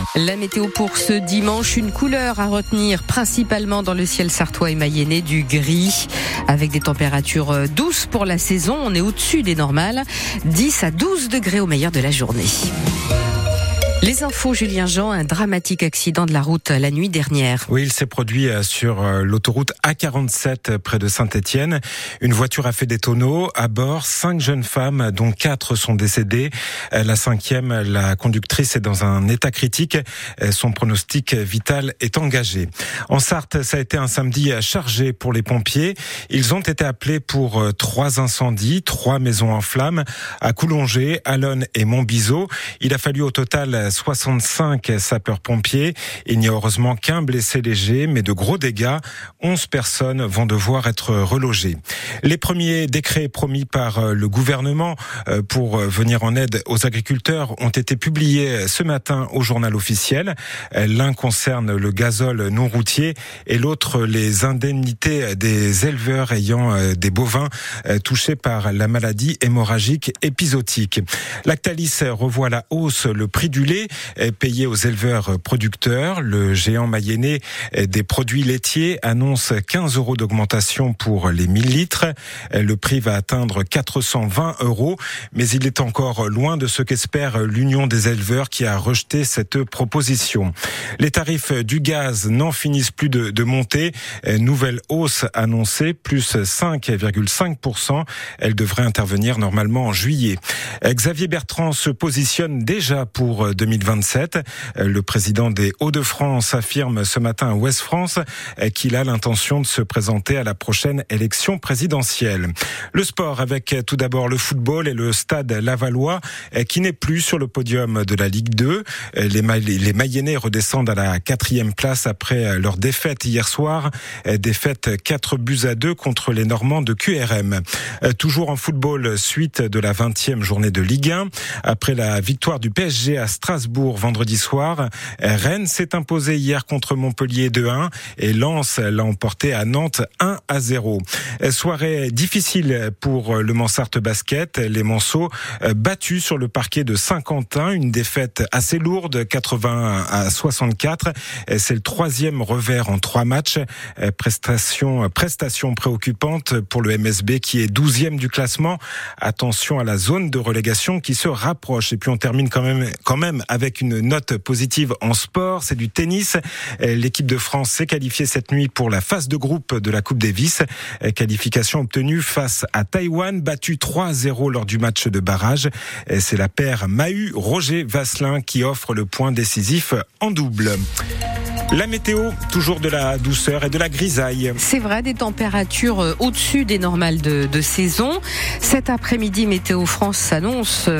La météo pour ce dimanche, une couleur à retenir principalement dans le ciel sarthois et mayennais, du gris, avec des températures douces pour la saison. On est au-dessus des normales, 10 à 12 degrés au meilleur de la journée. Les infos, Julien Jean, un dramatique accident de la route la nuit dernière. Oui, il s'est produit sur l'autoroute A47 près de Saint-Étienne. Une voiture a fait des tonneaux. À bord, 5 jeunes femmes, dont 4 sont décédées. La 5e, la conductrice, est dans un état critique. Son pronostic vital est engagé. En Sarthe, ça a été un samedi chargé pour les pompiers. Ils ont été appelés pour 3 incendies, 3 maisons en flammes à Coulongé, Allonne et Montbiseau. Il a fallu au total 65 sapeurs-pompiers. Il n'y a heureusement qu'un blessé léger, mais de gros dégâts. 11 personnes vont devoir être relogées. Les premiers décrets promis par le gouvernement pour venir en aide aux agriculteurs ont été publiés ce matin au journal officiel. L'un concerne le gazole non routier et l'autre les indemnités des éleveurs ayant des bovins touchés par la maladie hémorragique épizootique. Lactalis revoit à la hausse le prix du lait payé aux éleveurs producteurs. Le géant mayennais des produits laitiers annonce 15 € d'augmentation pour les 1000 litres. Le prix va atteindre 420 €, mais il est encore loin de ce qu'espère l'Union des éleveurs qui a rejeté cette proposition. Les tarifs du gaz n'en finissent plus de monter. Nouvelle hausse annoncée, plus 5,5%. Elle devrait intervenir normalement en juillet. Xavier Bertrand se positionne déjà pour 2027. Le président des Hauts-de-France affirme ce matin à Ouest France qu'il a l'intention de se présenter à la prochaine élection présidentielle. Le sport avec tout d'abord le football et le Stade Lavallois qui n'est plus sur le podium de la Ligue 2. Les Mayennais redescendent à la 4e place après leur défaite hier soir. Défaite 4-2 contre les Normands de QRM. Toujours en football, suite de la 20e journée de Ligue 1. Après la victoire du PSG à Strasbourg vendredi soir, Rennes s'est imposé hier contre Montpellier 2-1 et Lens l'a emporté à Nantes 1-0. Soirée difficile pour le Mansart Basket. Les Manceaux battus sur le parquet de Saint-Quentin, une défaite assez lourde, 80-64. C'est le 3e revers en 3 matchs. Prestation préoccupante pour le MSB qui est 12e du classement. Attention à la zone de relégation qui se rapproche. Et puis on termine quand même avec une note positive en sport, c'est du tennis. L'équipe de France s'est qualifiée cette nuit pour la phase de groupe de la Coupe Davis. Qualification obtenue face à Taïwan, battue 3-0 lors du match de barrage. C'est la paire Mahut-Roger Vasselin qui offre le point décisif en double. La météo, toujours de la douceur et de la grisaille. C'est vrai, des températures au-dessus des normales de saison. Cet après-midi, Météo France s'annonce